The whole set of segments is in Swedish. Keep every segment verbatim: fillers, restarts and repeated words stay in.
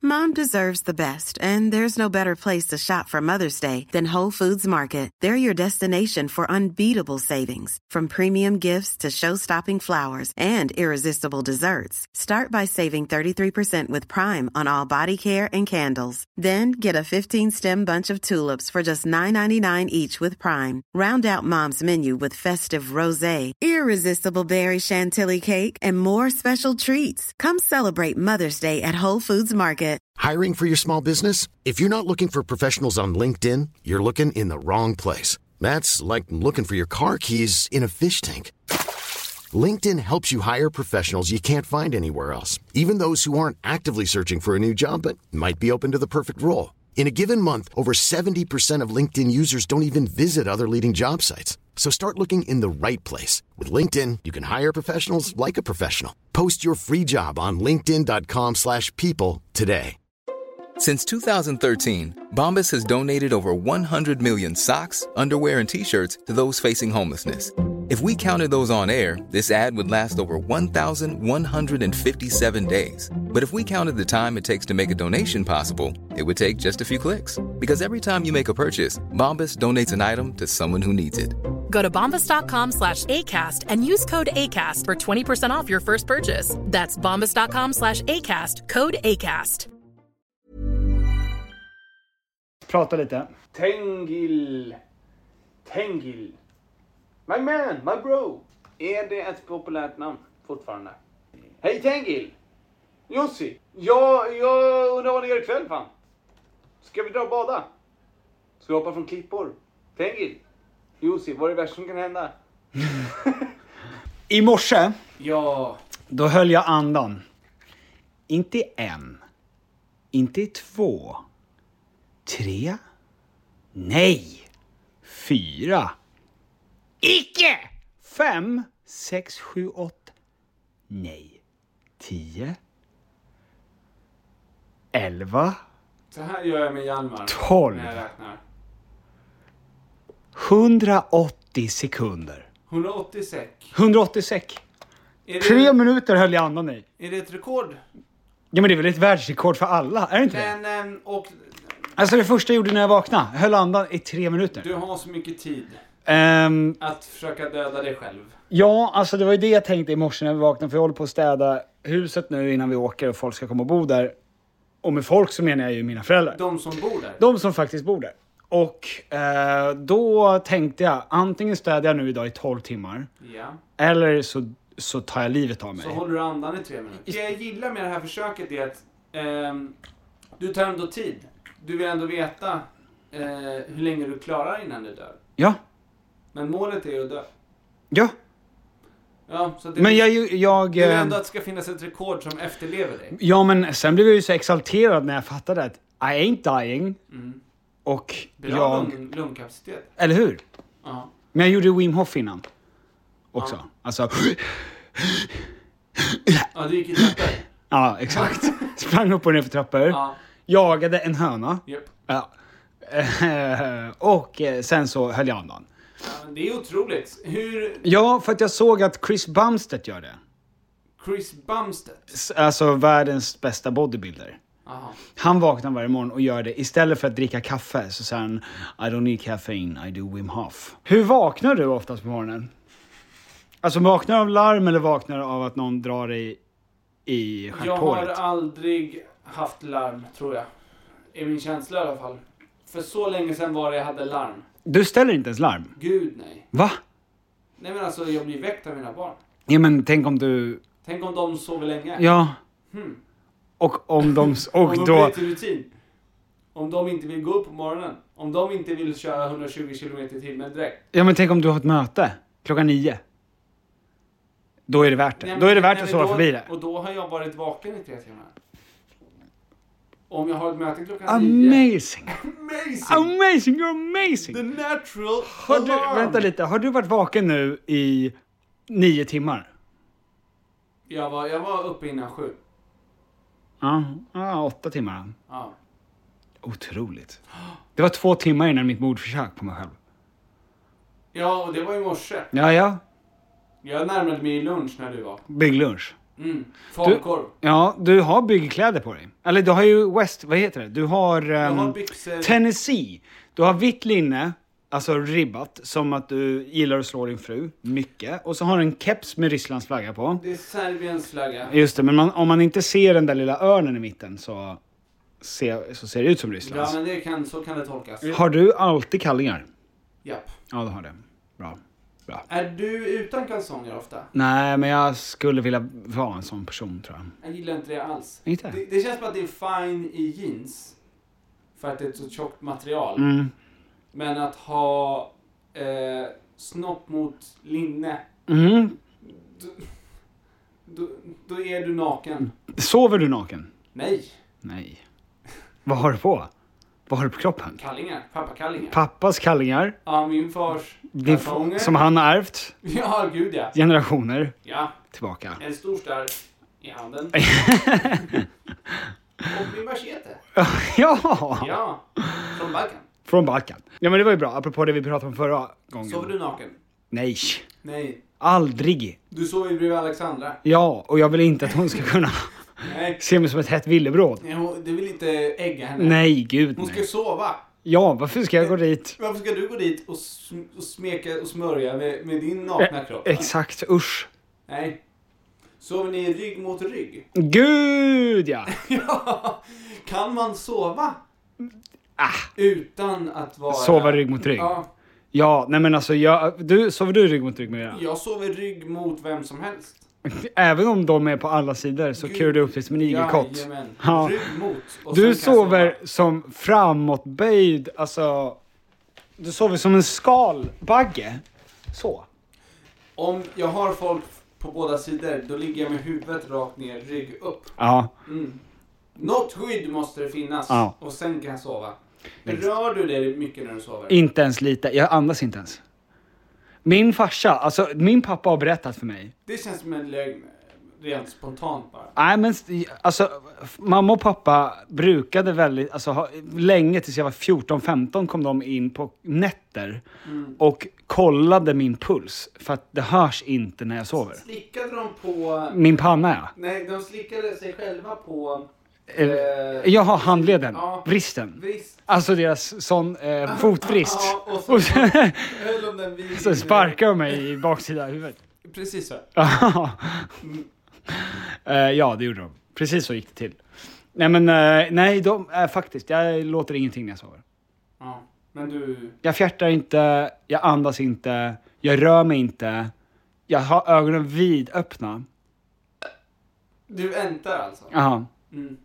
Mom deserves the best, and there's no better place to shop for Mother's Day than Whole Foods Market. They're your destination for unbeatable savings, from premium gifts to show-stopping flowers and irresistible desserts. Start by saving thirty-three percent with Prime on all body care and candles. Then get a fifteen-stem bunch of tulips for just nine ninety-nine each with Prime. Round out Mom's menu with festive rosé, irresistible berry chantilly cake, and more special treats. Come celebrate Mother's Day at Whole Foods Market. Hiring for your small business? If you're not looking for professionals on LinkedIn, you're looking in the wrong place. That's like looking for your car keys in a fish tank. LinkedIn helps you hire professionals you can't find anywhere else, even those who aren't actively searching for a new job but might be open to the perfect role. In a given month, over seventy percent of LinkedIn users don't even visit other leading job sites. So start looking in the right place. With LinkedIn, you can hire professionals like a professional. Post your free job on linkedin dot com slash people today. Since two thousand thirteen, Bombas has donated over one hundred million socks, underwear, and T-shirts to those facing homelessness. If we counted those on air, this ad would last over one thousand one hundred fifty-seven days. But if we counted the time it takes to make a donation possible, it would take just a few clicks. Because every time you make a purchase, Bombas donates an item to someone who needs it. Go to bombas.com slash ACAST and use code ACAST for twenty percent off your first purchase. That's bombas.com slash ACAST, code ACAST. Prata lite. Tengil. Tengil. My man, my bro. Är det ett populärt namn fortfarande? Hej Tengil. Jussi. Jag, jag undrar vad ni gör ikväll fan. Ska vi dra och bada? Ska vi hoppa från klippor? Tengil. Jussi, vad är det värsta som kan hända? I morse, ja. Då höll jag andan. Inte en. Inte två. Tre. Nej. Fyra. Icke! Fem. Sex, sju, åtta. Nej. Tio. Elva. Så här gör jag med Hjalmar. Tolv. När jag räknar. hundraåttio sekunder. hundraåttio sek. hundraåttio sek. Det... Tre minuter höll jag andan i. Är det ett rekord? Ja, men det är väl ett världsrekord för alla, är det inte men, det? Men, och... Alltså det första jag gjorde när jag vaknade, jag höll andan i tre minuter. Du har så mycket tid um, att försöka döda dig själv. Ja, alltså det var ju det jag tänkte i morse när vi vaknade. För jag håller på att städa huset nu innan vi åker och folk ska komma och bo där. Och med folk så menar jag ju mina föräldrar. De som bor där? De som faktiskt bor där. Och eh, då tänkte jag, antingen städar jag nu idag i tolv timmar. Ja. Eller så, så tar jag livet av mig. Så håller du andan i tre minuter. Det jag gillar med det här försöket är att eh, du tar ändå tid. Du vill ändå veta eh, hur länge du klarar innan du dör. Ja. Men målet är ju att dö. Ja. Ja, så det, men jag, jag, det är ändå att det ska finnas ett rekord som efterlever dig. Ja, men sen blev jag ju så exalterad när jag fattade att I ain't dying. Mm. Och bra jag... lung, lungkapacitet. Eller hur? Ja. Men jag gjorde Wim Hof innan. Också. Ja. Alltså... Ja, du gick i trappor. Ja, exakt. Sprang upp och ner för trappor. Ja. Jagade en höna. Yep. Ja. Och sen så höll jag andan. Ja, det är otroligt. Hur... Ja, för att jag såg att Chris Bumstead gör det. Chris Bumstead? Alltså världens bästa bodybuilder. Aha. Han vaknar varje morgon och gör det. Istället för att dricka kaffe så säger han I don't need caffeine, I do Wim Hof. Hur vaknar du oftast på morgonen? Alltså vaknar du av larm eller vaknar du av att någon drar dig i stjärthålet? Jag har aldrig haft larm, tror jag. I min känsla i alla fall. För så länge sedan var det jag hade larm. Du ställer inte ens larm? Gud, nej. Va? Nej, men alltså jag blir väckt av mina barn. Ja, men tänk om du... Tänk om de sover länge. Ja. Hmm. Och om de... Och om de då... blir till rutin. Om de inte vill gå upp på morgonen. Om de inte vill köra hundratjugo kilometer i timmen direkt. Ja, men tänk om du har ett möte klockan nio. Då är det värt det. Nej, men, då är det värt nej, att sova då, förbi det. Och då har jag varit vaken i tre timmar. Om jag har ett möte klockan amazing. nio. Amazing! Amazing, you're amazing! The natural har du, alarm. Vänta lite, har du varit vaken nu i nio timmar? Jag var, jag var uppe innan sju. Ja, ja åtta timmar. Ja. Otroligt. Det var två timmar innan mitt mordförsök på mig själv. Ja, och det var i morse. Ja, ja. Jag närmade mig i lunch när du var. Bygglunch. Mm. Falukorv. Ja, du har byggkläder på dig. Eller du har ju West, vad heter det? Du har, um, Jag har byxor. Tennessee. Du har vitt linne, alltså ribbat, som att du gillar att slå din fru. Mycket. Och så har du en keps med Rysslands flagga på. Det är Serbiens flagga. Just det, men man, om man inte ser den där lilla örnen i mitten så, ser, så ser det ut som Rysslands. Ja, men det kan, så kan det tolkas. Har du alltid kallingar? Japp. Ja, det har det. Bra. Bra. Är du utan kalsonger ofta? Nej, men jag skulle vilja vara en sån person, tror jag. Jag gillar inte det alls. Inte? Det, det känns som att det är fine i jeans. För att det är ett så tjockt material. Mm. Men att ha eh, snopp mot linne. Mm. Då, då, då är du naken. Sover du naken? Nej. Nej. Vad har du på? Vad har du på kroppen? Kallingar. Pappakallingar. Pappas kallingar. Ja, min fars Din kalsonger. f- som han har ärvt. Ja, gud ja. Generationer Ja. tillbaka. En stor stark i handen. Och min machete. Ja! Ja. Från Balkan. Från Balkan. Ja, men det var ju bra. Apropå det vi pratade om förra gången. Sover du naken? Nej. Nej. Aldrig. Du sover ju bredvid Alexandra. Ja, och jag vill inte att hon ska kunna Nej. se mig som ett hett villebråd. Nej, hon- Du vill inte ägga henne. Nej, gud Hon ska nej. sova. Ja, varför ska jag gå dit? Varför ska du gå dit och, sm- och smeka och smörja med, med din nakna Eh, kropp? Exakt, usch. Nej. Sover ni rygg mot rygg? Gud, ja. Ja. Kan man sova? Ah. Utan att vara... Sova rygg mot rygg. Ja. Ja, nej men alltså, jag, du, sover du rygg mot rygg med det? Jag sover rygg mot vem som helst. Även om de är på alla sidor så Gud. kurar du upp dig som en igelkott. Jajamän. Ja. Rygg mot. Och sen Du kan jag sover sova. som framåtböjd, alltså... Du sover som en skalbagge. Så. Om jag har folk på båda sidor, då ligger jag med huvudet rakt ner, rygg upp. Ja. Mm. Något skydd måste det finnas. Ja. Och sen kan jag sova. Visst. Rör du dig mycket när du sover? Inte ens lite. Jag andas inte ens. Min farsa, alltså min pappa har berättat för mig. Det känns som en lögn. Rent spontant bara. Nej men alltså mamma och pappa brukade väldigt, alltså ha, länge tills jag var fjorton femton kom de in på nätter Mm. och kollade min puls för att det hörs inte när jag sover. Slickade de på... Min panna, ja. Nej, de slickade sig själva på... Eh, Jaha, handleden. Ja. Vristen. Vrist. Alltså deras sån eh, fotvrist. Ja, och så, Och så, höll de den vid... så sparkar de mig i baksida huvudet. Precis så. Ja. Eh, ja, det gjorde de. Precis så gick det till. Nej, men eh, nej, de, eh, faktiskt. Jag låter ingenting när jag sover. Ja, men du... Jag fjärtar inte, jag andas inte, jag rör mig inte. Jag har ögonen vidöppna. Du väntar alltså? Jaha, Mm.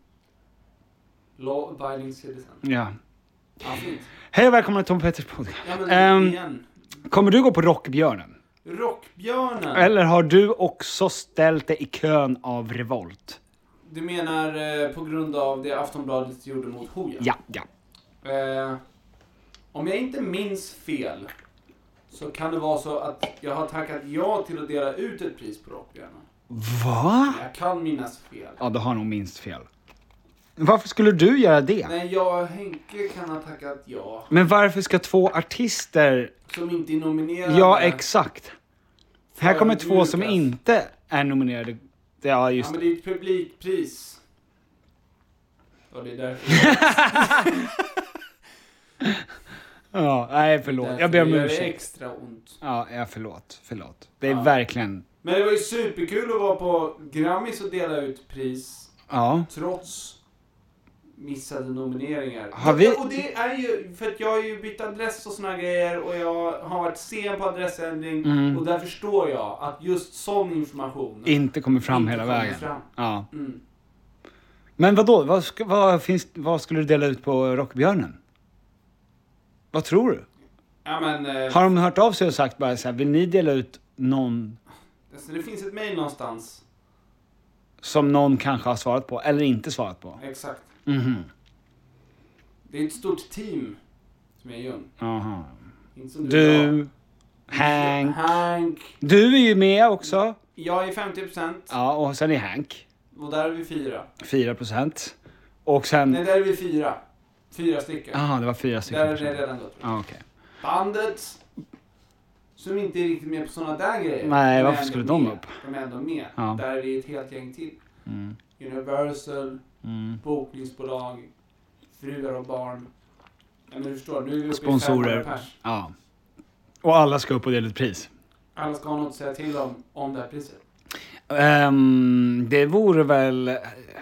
Law abiding citizen. ja. Ja, fint. Hej och välkomna till Tom Petters podcast. Ja, men Ehm, igen. Kommer du gå på Rockbjörnen? Rockbjörnen. Eller har du också ställt dig i kön av revolt? Du menar eh, på grund av det Aftonbladet gjorde mot Hoja? Ja, ja. Eh, om jag inte minns fel så kan det vara så att jag har tackat ja till att dela ut ett pris på Rockbjörnen. Va? Jag kan minnas fel. Ja, du har nog minst fel. Varför skulle du göra det? Nej, jag och Henke kan ha tackat ja. Men varför ska två artister... Som inte är nominerade. Ja, exakt. Här kommer att två som Lukas. inte är nominerade. Ja, Ja, just men det. det är ett publikpris. Och det är därför Ja, nej, förlåt. därför Jag ber om gör det ursäkt. extra ont. Ja, ja, förlåt. Förlåt. Det är Ja. verkligen... Men det var ju superkul att vara på Grammis och dela ut pris. Ja. Trots missade nomineringar. Har vi- Och det är ju, för att jag har ju bytt adress och såna grejer och jag har varit sen på adressändring Mm. och där förstår jag att just sån information Inte kommer fram inte hela kommer vägen. fram. Ja. Mm. Men vadå? Vad, ska, vad, finns, vad skulle du dela ut på Rockbjörnen? Vad tror du? Ja, men eh, Har de hört av sig och sagt bara så här, vill ni dela ut någon alltså, det finns ett mejl någonstans. som någon kanske har svarat på eller inte svarat på? Exakt. Mhm. Det är ett stort team som är Jung. Aha. Inte som du. Du, Hank. Hank. Du är ju med också. Jag är femtio procent. Ja, och sen är Hank. Och där är vi fyra. fyra procent. Och sen... Nej, där är vi fyra. Fyra stycken. Jaha, det var fyra stycken Där är det personer. redan gått. Ja, okej. Bandet som inte är riktigt med på sådana där grejer. Nej, de varför skulle de med. upp? De är ändå med. Ja. Där är det ett helt gäng till. Mm. Universal, Mm. bokningsbolag, fruar och barn. Ja, men du förstår, nu är vi uppe Sponsorer. i femhundra pers. Ja. Och alla ska upp och dela ett pris. Alla ska ha något att säga till om, om det här priset. Um, det vore väl...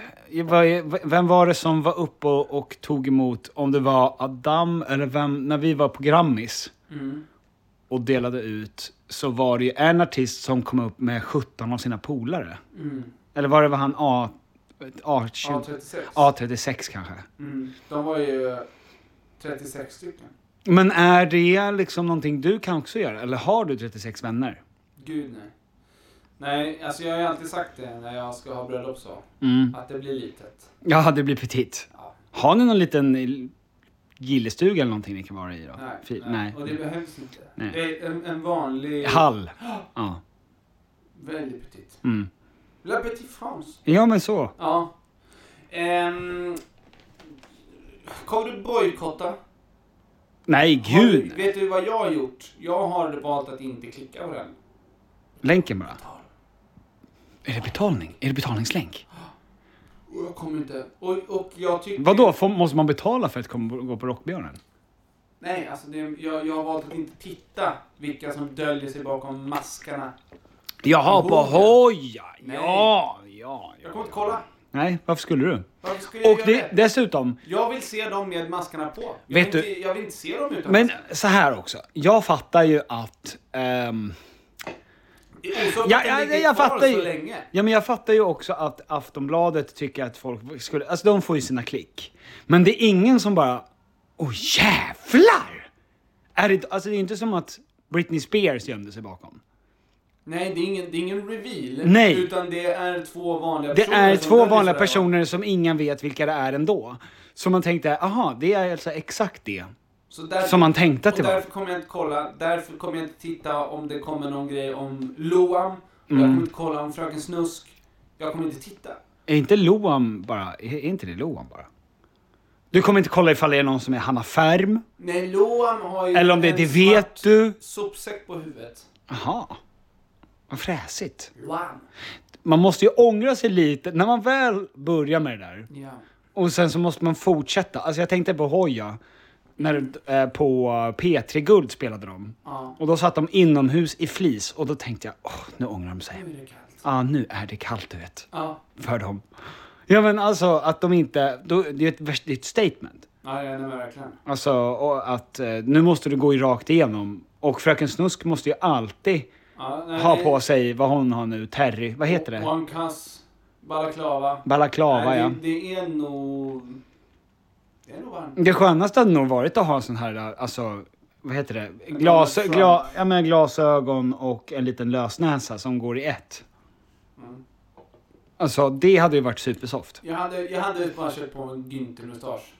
Vem var det som var uppe och, och tog emot, om det var Adam eller vem, när vi var på Grammis Mm. och delade ut, så var det ju en artist som kom upp med sjutton av sina polare. Mm. Eller var det var han A, A, tjugo, A trettiosex. A trettiosex kanske? Mm. De var ju trettiosex stycken. Men är det liksom någonting du kan också göra? Eller har du trettiosex vänner? Gud nej. Nej, alltså jag har ju alltid sagt det när jag ska ha bröllop så. Mm. Att det blir litet. Ja, det blir petit. Ja. Har ni någon liten gillestuga eller någonting ni kan vara i då? Nej, Fi- nej. nej. Och det behövs inte. Nej. Det är en, en vanlig... Hall. Ja. Väldigt petit. Mm. La Petite France. Ja, men så. Ja. Ehm, kommer du bojkotta? Nej, Har du- gud. Vet du vad jag har gjort? Jag har valt att inte klicka på den. Länken bara. Är det betalning? Är det betalningslänk? Och jag kommer inte... Och, och jag tycker... Vadå? Får, måste man betala för att komma, gå på Rockbjörnen? Nej, alltså det, jag, jag har valt att inte titta vilka som döljer sig bakom maskarna. Jaha, på Hoja! Nej. Ja, ja, Jag ja. kommer inte kolla. Nej, varför skulle du? Varför skulle jag Och göra det, det? dessutom, Jag vill se dem med maskarna på. Jag Vet vill du- Inte, jag vill inte se dem utan men masker. så här också. Jag fattar ju att... ehm, Det är osökt Ja, att det ja, ligger jag kvar fattar ju. så länge. Ja, men jag fattar ju också att Aftonbladet tycker att folk skulle... Alltså de får ju sina klick. Men det är ingen som bara... Åh jävlar! Är det, alltså det är inte som att Britney Spears gömde sig bakom. Nej, det är ingen, det är ingen reveal. Nej. Utan det är två vanliga Det personer. är som två döljer vanliga sig där, va? personer som ingen vet vilka det är ändå. Så man tänkte, aha, det är alltså exakt det. Så därför, Som man tänkte att och det var. därför kommer jag inte kolla. Därför kommer jag inte titta om det kommer någon grej om Loam. Jag Mm. kommer inte kolla om Fröken Snusk. Jag kommer inte titta. Är inte Loam bara... Är är inte det Loam bara? Du kommer inte kolla ifall det är någon som är Hanna Färm? Nej, Loam har ju Eller om det är en det svart vet du? sopsäck på huvudet. Jaha. Vad fräsigt. Loam. Man måste ju ångra sig lite när man väl börjar med det där. Ja. Och sen så måste man fortsätta. Alltså jag tänkte på Hoja. När eh, på P tre Guld spelade de. Ja. Och då satt de inomhus i flis. Och då tänkte jag, åh, nu ångrar de sig. Nu är det kallt. Ja, nu är det kallt, du vet. Ja. För dem. Ja, men alltså att de inte... Då, det är ett, det är ett statement. Ja, ja, nej, men verkligen. Alltså och att eh, nu måste du gå i rakt igenom. Och Fröken Snusk måste ju alltid Ja, nej, ha det- på sig vad hon har nu. Terry, vad heter det? One Cuss, Balaklava. Balaklava, Nej, ja. det, det är nog... Det är nog varmt. Det skönaste hade nog varit att ha en sån här, alltså, vad heter det? Glas, Donald gla, ja, men glasögon och en liten lösnäsa som går i ett. Mm. Alltså, det hade ju varit supersoft. Jag hade, jag hade bara kört på en Günther-mustasch.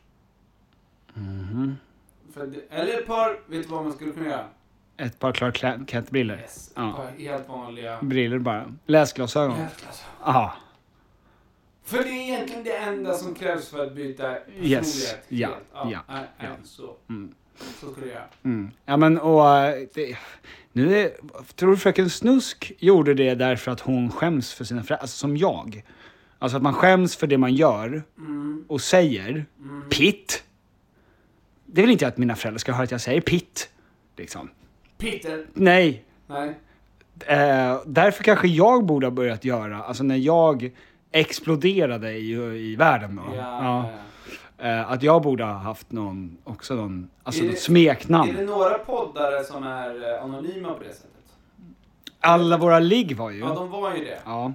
Mhm. För det, eller ett par, vet du vad man skulle kunna göra? Ett par Clark Kent-briller. Yes, ett Ja. par helt vanliga... Briller bara. Läsglasögon. Alltså. Aha. För det är egentligen det enda som krävs för att byta personlighet. Yes, ja, helt. ja, Nej, nej, ja. Så. Mm. Så skulle jag göra. Mm. Ja, men och... äh, Det, nu är... Tror du Fröken Snusk gjorde det därför att hon skäms för sina föräldrar? Alltså som jag. Alltså att man skäms för det man gör Mm. och säger. Mm. Pitt. Det vill inte jag att mina föräldrar ska höra att jag säger pitt. Liksom. Peter. Nej. Nej. Eh, därför kanske jag borde ha börjat göra, alltså när jag exploderade i, i världen då. Ja, Ja. ja. Eh, att jag borde ha haft någon, också någon, alltså Är något det- smeknamn. Är det några poddare som är eh, anonyma på det sättet? Alla våra ligg var ju. Ja, de var ju det. Ja.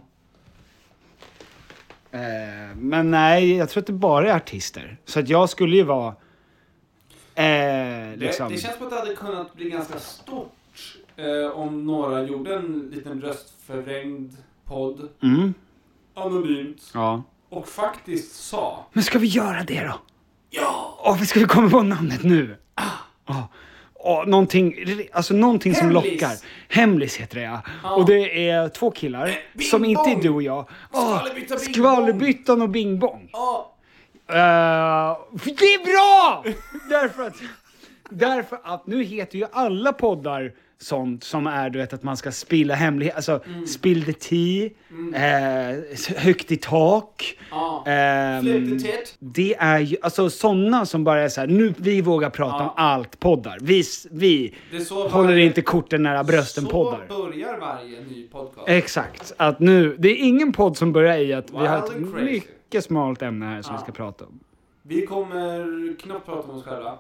Eh, men nej, jag tror att det bara är artister. Så att jag skulle ju vara... Eh, liksom... Det, det känns som att det hade kunnat bli ganska stort eh, om några gjorde en liten röstförvrängd podd Mm. anonymt Ja. och faktiskt sa Men ska vi göra det då? ja, Åh, vi ska vi komma på namnet nu? Ah. Oh. Oh, någonting, alltså någonting som Hemlis. lockar. Hemlis heter det, ja. Ja. Och det är två killar Bing som inte är Bong. du och jag. Oh, Skvallerbytta, Bing Skvallerbyttan och Bing Bong. ja, Uh, det är bra! därför, att, därför att nu heter ju alla poddar sånt som är, du vet, att man ska spilla hemlighet, alltså Mm. spill the tea, Mm. eh, högt i tak. Ja. ehm, Flip the tit. det är ju, alltså sådana som bara är så här, nu vi vågar prata Ja. om allt poddar. Vi, vi Det är så håller varje- inte korten nära brösten poddar. Så börjar varje ny podcast. Exakt, att nu, det är ingen podd som börjar i att vi har Wild ett and crazy. mycket smalt ämne här som Ja. vi ska prata om. Vi kommer knappt prata om oss själva.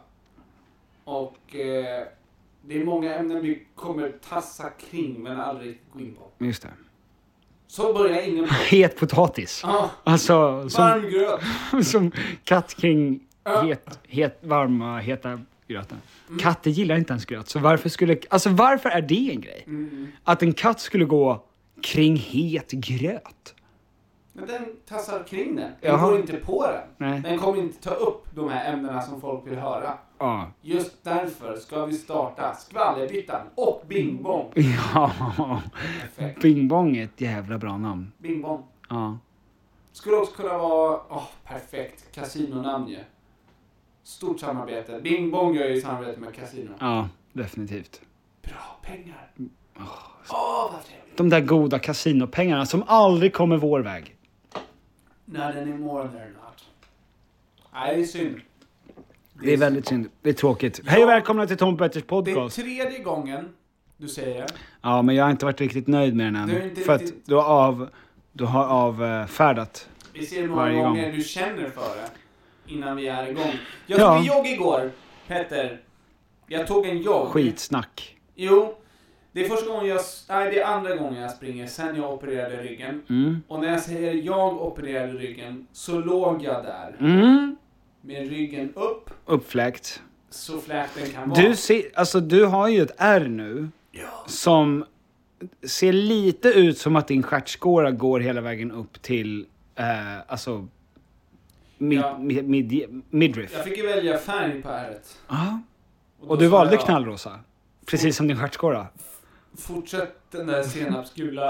Och eh, det är många ämnen vi kommer tassa kring men aldrig gå in på. Just det. Så börjar ingen på. Het potatis. Ja, Alltså, som, varm gröt. som katt kring Ja. het, het, varma, heta gröten. Mm. Katter gillar inte ens gröt, så varför skulle, alltså varför är det en grej? Mm. Att en katt skulle gå kring het gröt? Men den tassar kring den. Den Jaha. går inte på den. Nej. Den kommer inte ta upp de här ämnena som folk vill höra. Ja. Just därför ska vi starta Skvallerbyttan och Bing Bong. Ja. Perfekt. Bing Bong är ett jävla bra namn. Bing Bong. Ja. Skulle också kunna vara, åh, perfekt, kasinonamn ju. Stort samarbete. Bing Bong gör ju samarbete med kasino. Ja, definitivt. Bra pengar. Åh, vad trevligt. De där goda kasinopengarna som aldrig kommer vår väg. Not anymore, they're not. Nej, det är synd. Det är väldigt synd. Det är tråkigt. Hej och välkomna till Tom Petters Det är podcast. tredje gången du säger det. Ja, men jag har inte varit riktigt nöjd med den än. Du är inte För riktigt- att du har, av, du har avfärdat. Vi ser hur många Varje gång. gånger du känner för det innan vi är igång. Jag Ja. tog en jogg igår, Petter. Jag tog en jogg. Skitsnack. Jo, det är första gången jag... Nej, det är andra gången jag springer sen jag opererade ryggen. Mm. Och när jag säger jag opererade ryggen så låg jag där. Mm. Med ryggen upp, Uppfläkt. så fläkt den kan vara. Du, ser, alltså, du har ju ett ärr nu Ja. som ser lite ut som att din stjärtskåra går hela vägen upp till eh, alltså mid, Ja. mid, mid, midriff. Jag fick ju välja färg på ärret. Ja. då Och du sa valde jag, knallrosa. Precis som din stjärtskåra. Fortsätt den där senapsgula.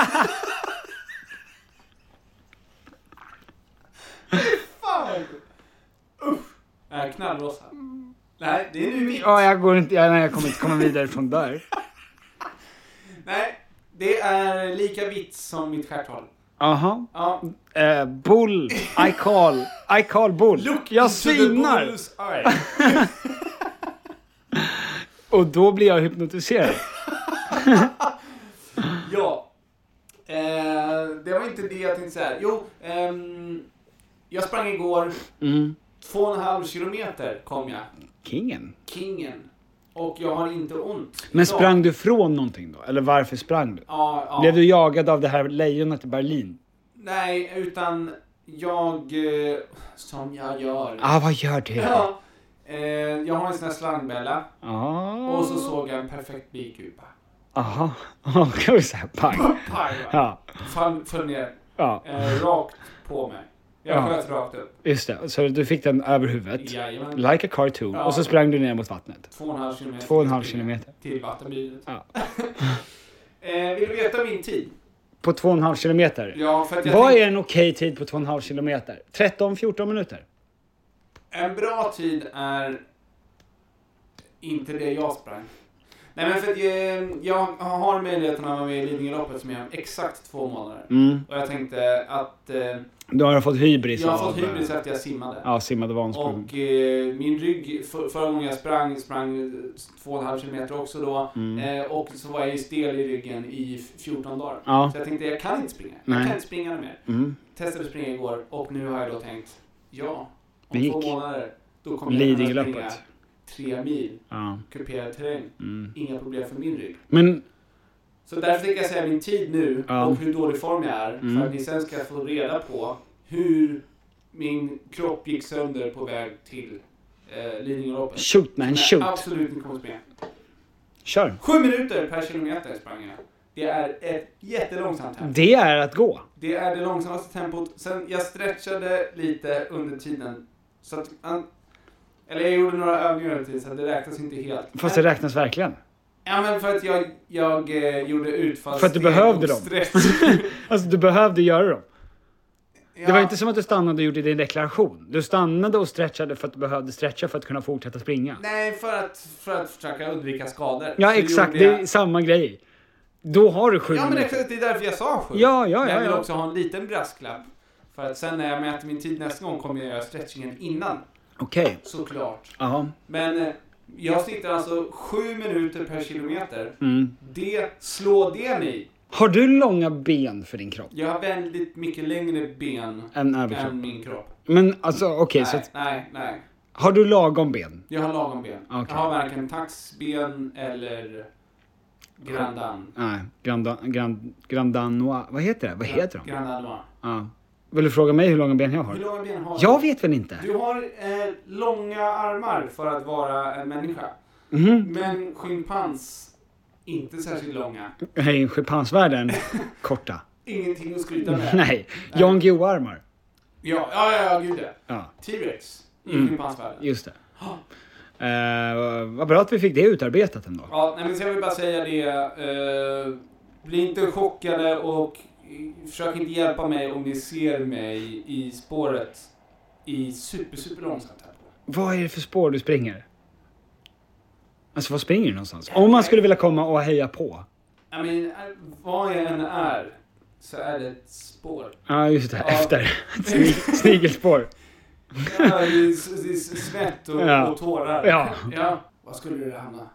Fan! Uff. Nej, knallrosa. Nej, det är nu vitt. Ja, jag går inte, ja, nej, jag kommer inte komma vidare från där. Nej, det är lika vitt som mitt stjärthål. Aha. Ja. Eh, bull. I call. I call bull. jag into the svinar. bull's eye. Och då blir jag hypnotiserad. Ja. Eh, det var inte det jag tänkte säga. Jo, ehm, jag sprang igår. Mm. Två och en halv kilometer kom jag. Kingen. Kingen. Och jag har inte ont. Men idag. sprang du från någonting då? Eller varför sprang du? Ja, ja. Blev du jagad av det här lejonet i Berlin? Nej, utan jag... Eh, som jag gör. Ah, vad gör det? Ja. Eh, jag har en sån här slangbälla. Ah. Och så såg jag en perfekt bikupa. Aha. Okej, så här, pang. Paj, va? Ja. Fall, föll ner. Ja, Eh, rakt på mig. Jag Ja. sköt rakt upp. just det. Så du fick den över huvudet. Jajamän. Like a cartoon. Ja. Och så sprang du ner mot vattnet. Två och en halv kilometer. Två och en halv kilometer. Till vattenbytet. Ja. eh, vill du veta min tid? På två och en halv kilometer? Ja, för att jag Vad tänkte, är en okej tid på två och en halv kilometer? tretton fjorton minuter? en bra tid är inte det jag sprang. Nej, men för att jag, jag har möjligheten att vara med i Lidingöloppet som är om exakt två månader. Mm. Och jag tänkte att eh, Du har fått hybris jag har av... fått hybris efter jag simmade. Ja, simmade Vansbro. Och eh, min rygg, för, förra gången jag sprang, sprang två och en halv kilometer också då. Mm. Eh, och så var jag ju stel i ryggen i fjorton dagar. Ja. Så jag tänkte, jag kan inte springa. Nej. Jag kan inte springa mer. Mm. Testade springa igår och nu har jag då tänkt, ja, Det om gick. två månader då kommer jag kunna springa Lidingöloppet. tre mil, Ja. kuperad terräng. Mm. Inga problem för min rygg. Men... Så därför tänker jag säga min tid nu Ja. och hur dålig form jag är. Mm. För att ni sen ska få reda på hur min kropp gick sönder på väg till eh, Lidingöloppet. Shoot man, Som jag shoot. absolut inte kommer springa. Kör. Sju minuter per kilometer sprang jag. Det är ett jättelångsamt tempo. Det är att gå. Det är det långsammaste tempot. Sen jag stretchade lite under tiden. Så att, an, eller jag gjorde några övningar under tiden så att det räknas inte helt. Fast det räknas verkligen. Ja, men för att jag, jag eh, gjorde utfallssteg För att du behövde och dem. stretch. Alltså du behövde göra dem. Ja. Det var inte som att du stannade och gjorde din deklaration. Du stannade och stretchade för att du behövde stretcha för att kunna fortsätta springa. Nej, för att, för att försöka undvika skador. Ja, så exakt. Det är samma grej. Då har du sju Ja, men det, minuter. det är därför jag sa sju. Ja, ja, ja. Men jag vill ja. också ha en liten brasklapp. För att sen när jag mäter min tid nästa gång kommer jag göra stretchingen innan. Okej. Okay. Såklart. Aha. Men eh, jag snittar alltså sju minuter per kilometer. Mm. Det slår det mig. Har du långa ben för din kropp? Jag har väldigt mycket längre ben än, än min kropp. Men alltså, okej. Okay, nej, så att, nej, nej. Har du lagom ben? Jag har lagom ben. Okay. Jag har varken taxben eller grandan. Nej, grandan, grand, grandanois. Vad heter det? Vad heter de? Grandanois. Ja. Vill du fråga mig hur långa ben jag har? Hur långa ben har du? Jag vet väl inte. Du har eh, långa armar för att vara en människa. Mm-hmm. Men schimpans inte särskilt långa. Nej, schimpansvärlden korta. Ingenting att skryta med. Nej, Jan Guillou-armar. Ja, ja, ja, gud det. Ja. T-Rex i Mm. schimpansvärlden. Just det. Uh, vad bra att vi fick det utarbetat ändå. Ja, nej, men så jag vill bara säga det. Uh, bli inte chockade och försök inte hjälpa mig om ni ser mig i spåret i super, super långsamt tempo. Vad är det för spår du springer? Alltså, vad springer du någonstans? Om man skulle vilja komma och heja på. I mean, vad jag än är så är det ett spår. Ja, just det. Ja. Efter. Ett snigelspår. Ja, det är, det är svett och, ja. och tårar. Ja. Ja. Vad skulle det hamna?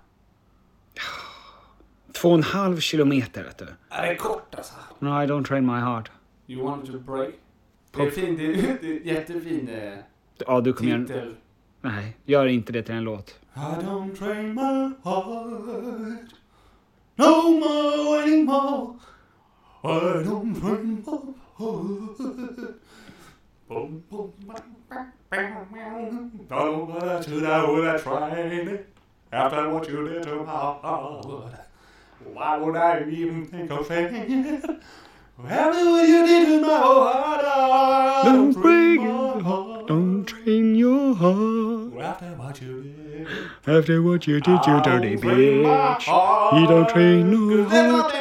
Två och en halv kilometer, vet du. Är det kort alltså? No, I don't train my heart. You want to break? Det är fint, det är, det är jättefin eh, ja, du kommer titel. göra... Nej, gör inte det till en låt. I don't train my heart no more anymore. I don't train my heart. Boom, boom, bang, bang, bang. Oh, what should I, would I train it after what you did to my heart? Why would I even think of training it after what you did to my heart? Don't break your heart, don't train your heart. After what you did, after what you did, you dirty bitch. You don't train no heart.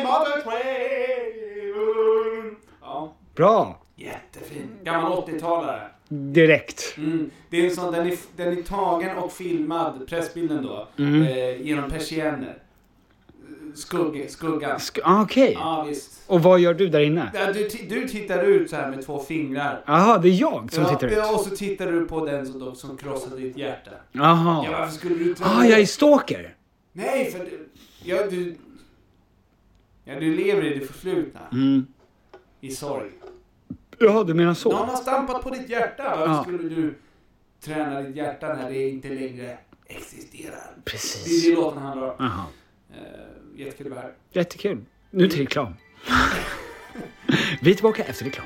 Ja. Bra. Jättefin. Gammal åttiotalare. Direkt. Mm. Det är en sån, den är, den är tagen och filmad, pressbilden då, mm. eh, genom persienner. Skugg, skuggan. Sk- ah, Okej. Okay. Ja, visst. Och vad gör du där inne? Ja, du, du tittar ut så här med två fingrar. Jaha, det är jag som ja, tittar ut. Ja, och så tittar du på den som, då, som krossade ditt hjärta. Jaha. Ja, varför skulle du tro... Ah, jag är stalker. Nej, för du... Ja, du... Ja, du lever i det förflutna. Mm. I sorg. Ja, du menar så. Någon har stampat på ditt hjärta. Varför ja. skulle du träna ditt hjärta när det inte längre existerar? Precis. Det är det låten handlar om. Aha. Uh, jättekul det här. Jättekul. Nu till reklam. Vi är tillbaka efter reklam.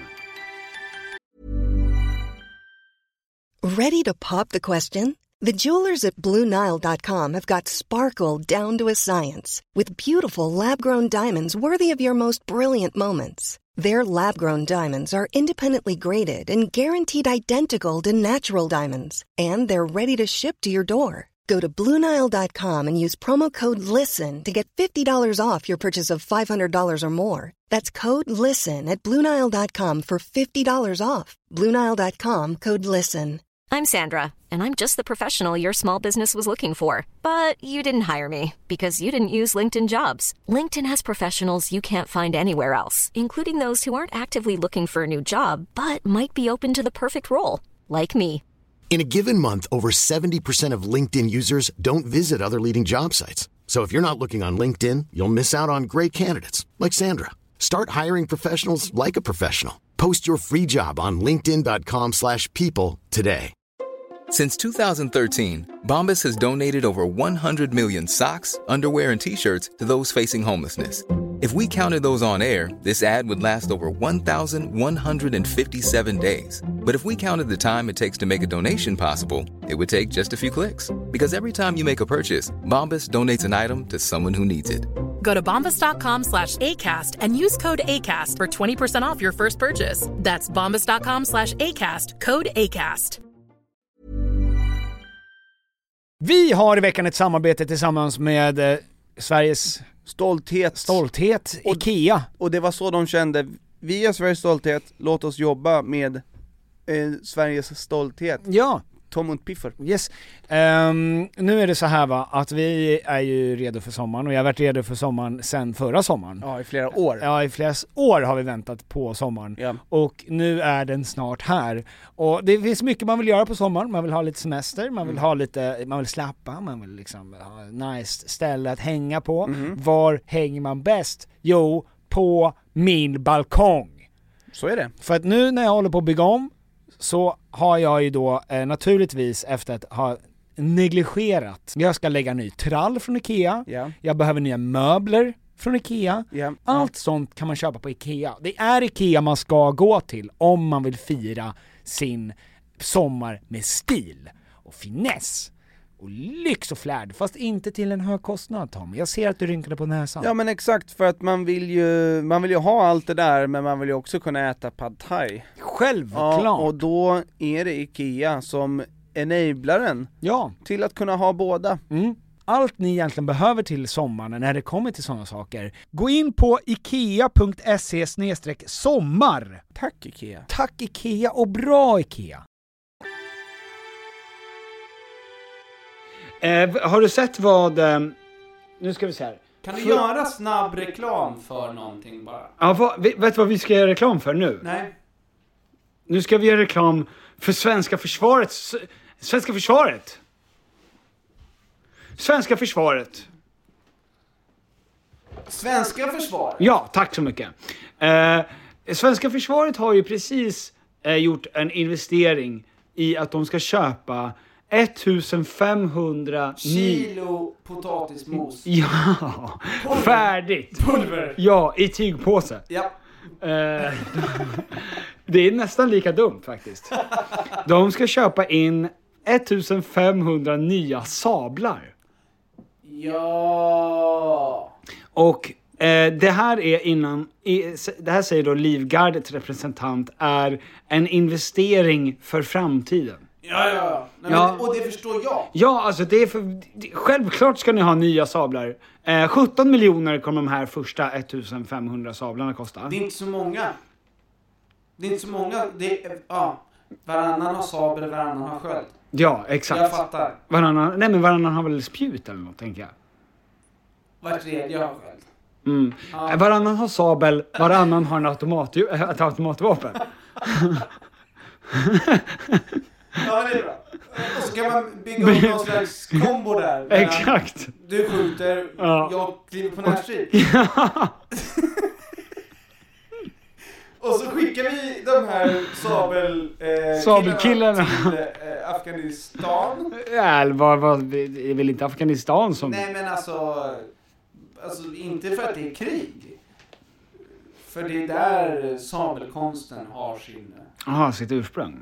Ready to pop the question? The jewelers at Blue Nile dot com have got sparkle down to a science with beautiful lab-grown diamonds worthy of your most brilliant moments. Their lab-grown diamonds are independently graded and guaranteed identical to natural diamonds, and they're ready to ship to your door. Go to Blue Nile dot com and use promo code LISTEN to get fifty dollars off your purchase of five hundred dollars or more. That's code LISTEN at Blue Nile dot com for fifty dollars off. Blue Nile dot com, code LISTEN. I'm Sandra, and I'm just the professional your small business was looking for. But you didn't hire me because you didn't use LinkedIn Jobs. LinkedIn has professionals you can't find anywhere else, including those who aren't actively looking for a new job, but might be open to the perfect role, like me. In a given month, over seventy percent of LinkedIn users don't visit other leading job sites. So if you're not looking on LinkedIn, you'll miss out on great candidates like Sandra. Start hiring professionals like a professional. Post your free job on linkedin dot com slash people today. Since two thousand thirteen, Bombas has donated over one hundred million socks, underwear, and T-shirts to those facing homelessness. If we counted those on air, this ad would last over one thousand one hundred fifty-seven days. But if we counted the time it takes to make a donation possible, it would take just a few clicks. Because every time you make a purchase, Bombas donates an item to someone who needs it. Go to bombas dot com slash ACAST and use code ACAST for twenty percent off your first purchase. That's bombas dot com slash ACAST, code ACAST. Vi har i veckan ett samarbete tillsammans med eh, Sveriges Stolthet. Stolthet, och, Ikea. Och det var så de kände, vi är Sveriges stolthet, låt oss jobba med eh, Sveriges stolthet. Ja. Tom und Piffer. Yes. Um, nu är det så här va, att vi är ju redo för sommaren och jag har varit redo för sommaren sedan förra sommaren. Ja, i flera år. Ja, i flera år har vi väntat på sommaren. Ja. Och nu är den snart här. Och det finns mycket man vill göra på sommaren. Man vill ha lite semester, man vill ha lite, man vill slappa, man vill liksom ha ett nice ställe att hänga på. Mm. Var hänger man bäst? Jo, på min balkong. Så är det. För att nu när jag håller på att bygga om så har jag ju då eh, naturligtvis efter att ha negligerat. Jag ska lägga ny trall från Ikea. Yeah. Jag behöver nya möbler från Ikea. Yeah. Allt sånt kan man köpa på Ikea. Det är Ikea man ska gå till om man vill fira sin sommar med stil och finess och lyx och flärd, fast inte till en hög kostnad, Tom. Jag ser att du rynkade på näsan. Ja, men exakt, för att man vill ju man vill ju ha allt det där, men man vill ju också kunna äta pad thai. Självklart. Ja, och då är det Ikea som enablaren ja. till att kunna ha båda. Mm. Allt ni egentligen behöver till sommaren när det kommer till sådana saker. Gå in på ikea punkt se slash sommar. Tack Ikea. Tack Ikea och bra Ikea. Eh, har du sett vad... Eh, nu ska vi se här. Kan du för... göra snabb reklam för någonting bara? Ja, vad, vet du vad vi ska göra reklam för nu? Nej. Nu ska vi göra reklam för svenska försvaret. Svenska försvaret. Svenska försvaret. Svenska försvaret? Ja, tack så mycket. Eh, svenska försvaret har ju precis eh, gjort en investering i att de ska köpa femtonhundra kilo potatismos. Ja, Pulver. Färdigt. Pulver. Ja, i tygpåse. Ja. Eh, det är nästan lika dumt faktiskt. De ska köpa in femtonhundra nya sablar. Ja. Och eh, det här är innan i, det här säger då Livgardets representant är en investering för framtiden. Ja, ja. Nej, ja. Men, och det förstår jag. Ja, alltså det är för, självklart ska ni ha nya sablar. Eh, sjutton miljoner kommer de här första femtonhundra sablarna kosta. Det är inte så många. Det är inte så många. Det är, ja, varannan har sabel, varannan har sköld. Ja, exakt. Jag fattar. Varannan, nej men varannan har väl spjut eller något, tänker jag. Var tredje har sköld. Mm. Ja. Varannan har sabel, varannan har en automat, ett automatvapen. Ja, det är bra. Och så kan man bygga upp någon slags kombo där. Exakt. Du skjuter, ja. Jag kliver på närstrid. Ja. Och så skickar vi de här sabel, eh, sabelkillarna till eh, Afghanistan. Ja, var, var, det är väl inte Afghanistan som... Nej, men alltså, alltså inte för att det är krig. För det är där sabelkonsten har sin... Aha, sitt ursprung.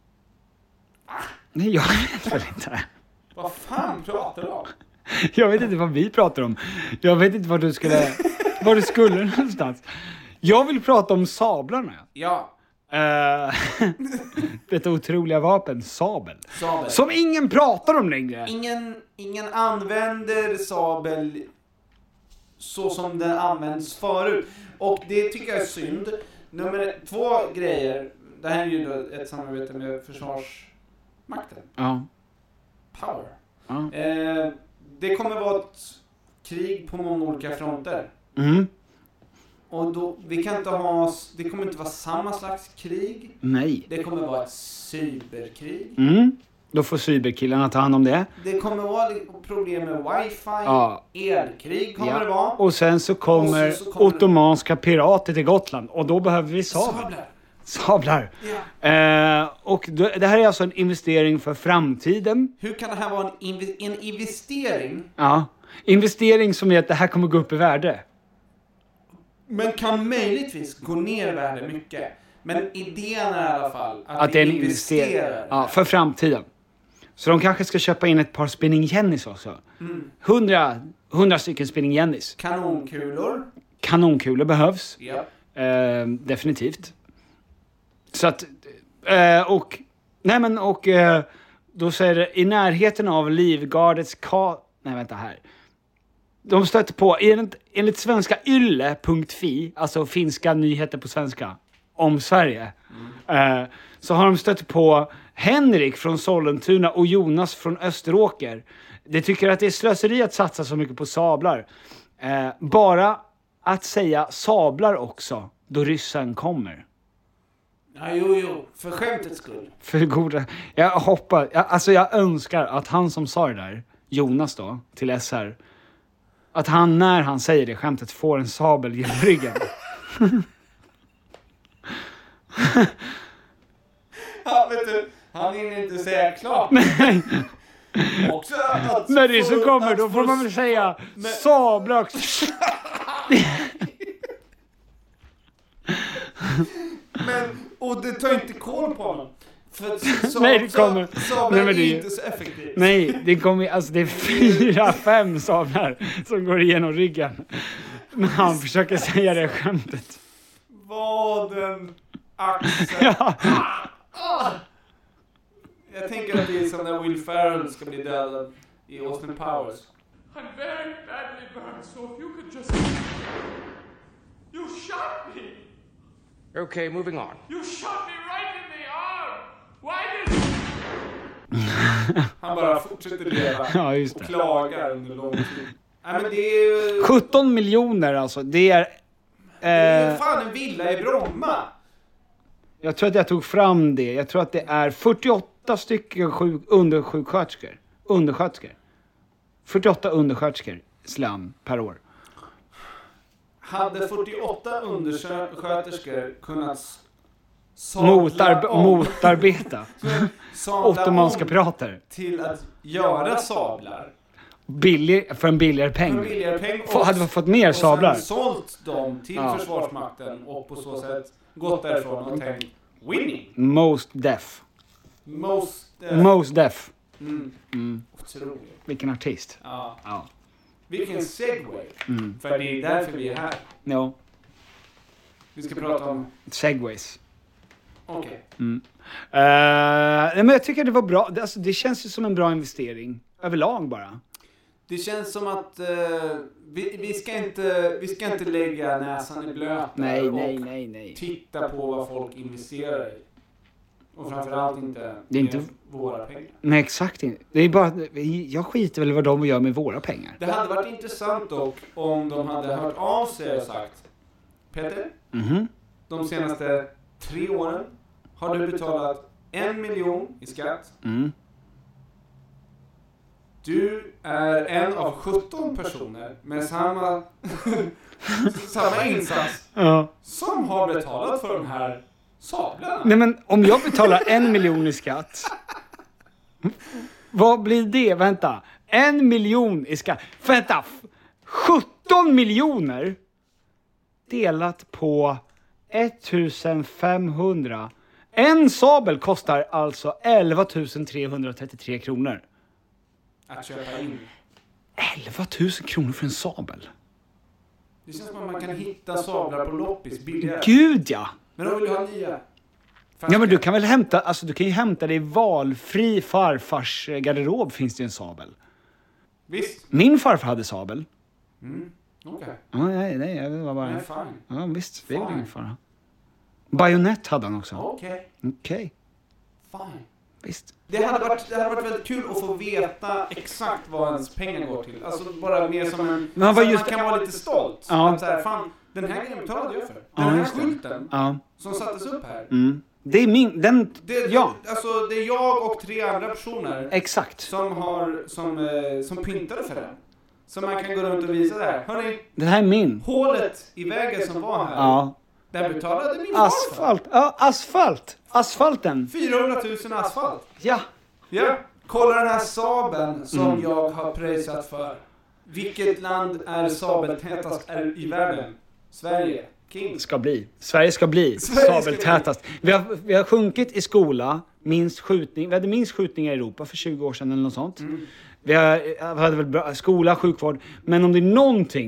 Nej, jag vet väl inte. Vad fan pratar du om? Jag vet inte vad vi pratar om. Jag vet inte vad du skulle... Var du skulle någonstans. Jag vill prata om sablarna. Ja. Uh, det otroliga vapen, sabel. sabel. Som ingen pratar om längre. Ingen, ingen använder sabel så som den används förut. Och det tycker jag är synd. Nummer två grejer. Det här är ju då ett samarbete med Försvarsmakten. Ja. Power. Ja. Eh, det kommer vara ett krig på många olika fronter. Mm. Och då, vi kan inte ha, det kommer inte vara samma slags krig. Nej. Det kommer vara ett cyberkrig. Mm. Då får cyberkillarna ta hand om det. Det kommer vara problem med wifi. Ja. Elkrig kommer ja. det vara. Och sen så kommer, så, så kommer ottomanska det... pirater till Gotland. Och då behöver vi sablar. Sablar. Sablar. Ja. Eh, och då, det här är alltså en investering för framtiden. Hur kan det här vara en, inv- en investering? Ja. Investering som är att det här kommer gå upp i värde. Men kan möjligtvis gå ner i värde mycket. Men idén är i alla fall att, att vi det är en investerar. investering. Ja, för framtiden. Så de kanske ska köpa in ett par spinning Jennys också. Mm. Hundra, hundra stycken spinning Jennys. Kanonkulor. Kanonkulor behövs. Ja. Eh, definitivt. Så att, eh, och, nej men, och eh, då säger det, i närheten av Livgardets ka... Nej, vänta här. De stötte på, enligt, enligt svenska yle punkt fi, alltså finska nyheter på svenska, om Sverige. Mm. Eh, så har de stött på Henrik från Sollentuna och Jonas från Österåker. De tycker att det är slöseri att satsa så mycket på sablar. Eh, bara att säga sablar också, då ryssen kommer. Ja, jo, jo. För skämtets skull. För goda. Jag hoppas, jag, alltså jag önskar att han som sa det där, Jonas då, till S R, att han när han säger det skämtet får en sabel genom ryggen. Ja, vet du, han hinner inte säga klart. Nej. Också att när det så kommer, då får man väl säga sablar också. Men, och det tar inte koll på honom. För så, nej, det kommer. Så, sablar nej, är det, inte så effektivt. Nej, det kommer, alltså det är fyra, fem sablar som går igenom ryggen. Men han försöker säga det skämtet. Vaden, axeln. Ja. Ah, ah. Jag tänker att det är som när Will Ferrell ska bli dödad i Austin Powers. I'm very badly burned, so if you could just... You shot me! Okay, moving on. You shot me right in the arm! Why did... Han bara fortsätter leva ja, just det. Och klagar under lång tid. Nej, men det är ju... sjutton miljoner alltså, det är... Eh... Det är fan en villa i Bromma. Jag tror att jag tog fram det. Jag tror att det är fyrtioåtta stycken sjuk, undersjuksköterskor. Undersköterskor. fyrtioåtta undersköterskor slam per år. Hade fyrtioåtta undersköterskor kunnat Motarbe- motarbeta ottomanska pirater till att göra sablar billig, för en billigare peng, för en billigare peng och, hade man fått mer och sablar sen sålt dem till ja. Försvarsmakten och på så sätt gått därifrån och tänkt winning. Most deaf. Most deaf. Most deaf. Mm. Mm. Otroligt. Vilken artist. Ja. Ja. Vilken segway. Mm. För det är därför vi är här. Ja. Vi ska prata om segways. Okej. Okay. Mm. Uh, men jag tycker det var bra. Det, alltså, det känns ju som en bra investering överlag bara. Det känns som att uh, vi, vi, ska inte, vi ska inte lägga näsan i blöt. Nej, nej, nej, nej. Titta på vad folk investerar i. Och framförallt inte, det är inte våra pengar. Nej, exakt inte. Det är bara, jag skiter väl vad de gör med våra pengar. Det hade varit intressant dock om de hade hört av sig och sagt: Peter, mm-hmm. de senaste tre åren har du betalat en miljon i skatt. Mm. Du är en av sjutton personer med samma, samma insats ja. som har betalat för de här sablarna. Nej, men om jag betalar en miljon i skatt, vad blir det? Vänta. En miljon i skatt. Vänta. sjutton miljoner delat på ettusen femhundra. En sabel kostar alltså elva tusen trehundratrettiotre kronor. Att köpa in. elva tusen kronor för en sabel. Det känns som att man kan hitta sablar på loppis billigare. Gud ja. Men då vill du ha nya. Fast ja, men du kan väl hämta, alltså du kan ju hämta det i valfri farfars garderob, finns det en sabel. Visst. Min farfar hade sabel. Mm. Okej. Okay. Ja, nej, nej, jag var bara... Nej, fine. Ja, visst, det är ingen fara. Bajonett hade han också. Okej. Okay. Okej. Okay. Fine. Visst. Det hade, varit, det hade varit väldigt kul att få veta exakt vad ens pengar går till. Alltså bara mer som en... Men så just... man kan vara lite stolt. Ja. Att så här, fan, den här grejen betalade jag för. Den ja, här skylten ja. som sattes upp här. Mm. Det är min... Den... Det, ja. Alltså det är jag och tre andra personer. Exakt. Som har... Som, eh, som pyntade för den. Så man kan gå runt och visa det här. Hörrni, det här är min. Hålet i vägen som var här. Ja. Där betalade min far. Asfalt. Ja, asfalt. Asfalten. fyrahundratusen asfalt. Ja. Ja. Kolla den här sabeln som mm. jag har pröjsat för. Vilket land är sabeltätast är i världen? Sverige. King. Ska bli. Sverige ska bli Sverige sabeltätast. Ska bli. Vi, har, vi har sjunkit i skola. Minst skjutning. Vi hade minst skjutningar i Europa för tjugo år sedan eller något sånt. Mm. Vi, har, vi hade väl bra skola, sjukvård. Men om det är någonting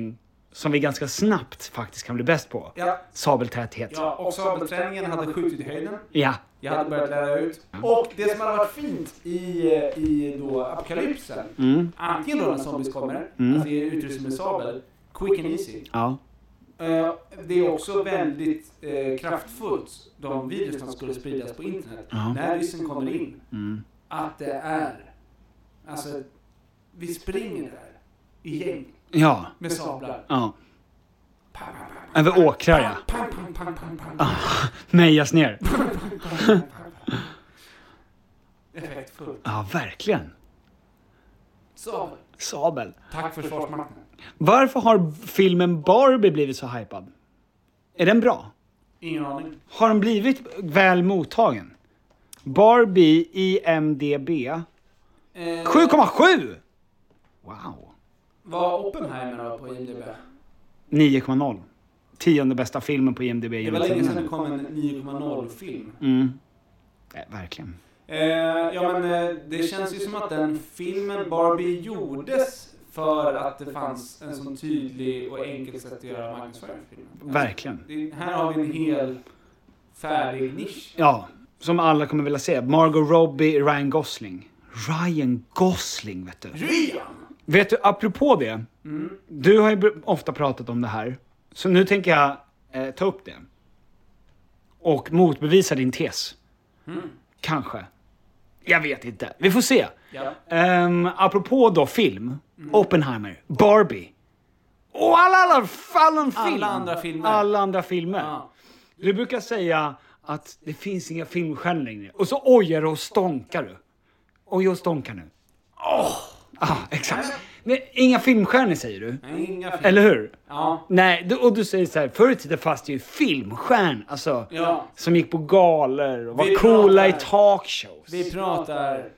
som vi ganska snabbt faktiskt kan bli bäst på. Ja. Sabeltäthet. Ja, och sabelträningen hade skjutit i höjden. Ja. Jag hade börjat lära ut. Och det som hade varit fint i, i då apokalypsen, Mm. antingen då när zombies kommer, Mm. alltså är utrustning med sabel, quick and easy. Ja. Uh, det är också väldigt uh, kraftfullt, de videos som skulle spridas på internet, Ja. när ryssen kommer in, Mm. att det är, alltså, vi springer där i gäng Ja. med sablar. Ja. Pang, pang, pang, Över åkrar, ja. pang, pang, pang, pang, pang. Ah, mejas ner. Effektfullt. Ja, verkligen. Sabel. Sabel. Tack Försvarsmakten. Varför har filmen Barbie blivit så hypad? Är den bra? Ingen aning. Har den blivit väl mottagen? Barbie i M D B Eh, sju komma sju! Wow. Var Oppenheimer då på I M D B? nio komma noll. Tionde bästa filmen på I M D B. Det var länge sedan det kom en nio komma noll-film. Mm. Ja, verkligen. Eh, ja men eh, det känns ju som att den filmen Barbie gjordes för att det fanns en sån tydlig och enkel sätt att göra marknadsföring för filmen. Verkligen. Det, här har vi en hel färdig nisch. Ja, som alla kommer vilja se. Margot Robbie, Ryan Gosling. Ryan Gosling, vet du. Ryan! Vet du, apropå det. Mm. Du har ju br- ofta pratat om det här. Så nu tänker jag eh, ta upp det. Och motbevisa din tes. Mm. Kanske. Jag vet inte. Vi får se. Ja. Um, apropå då film. Mm. Oppenheimer. Barbie. Och alla, alla, alla, film. Alla andra filmer. Alla andra filmer. Ja. Du brukar säga att det finns inga filmstjärnor längre. Och så ojar du och stonkar du. Ojar och stonkar nu. Åh! Oh. Ah, exakt. Men inga filmstjärnor säger du. Nej, inga film. Eller hur? Ja. Nej, du, och du säger så här, förr i tiden fanns det ju filmstjärn, alltså, Ja. som gick på galor och var Vi coola i pratar- talkshows. Vi pratar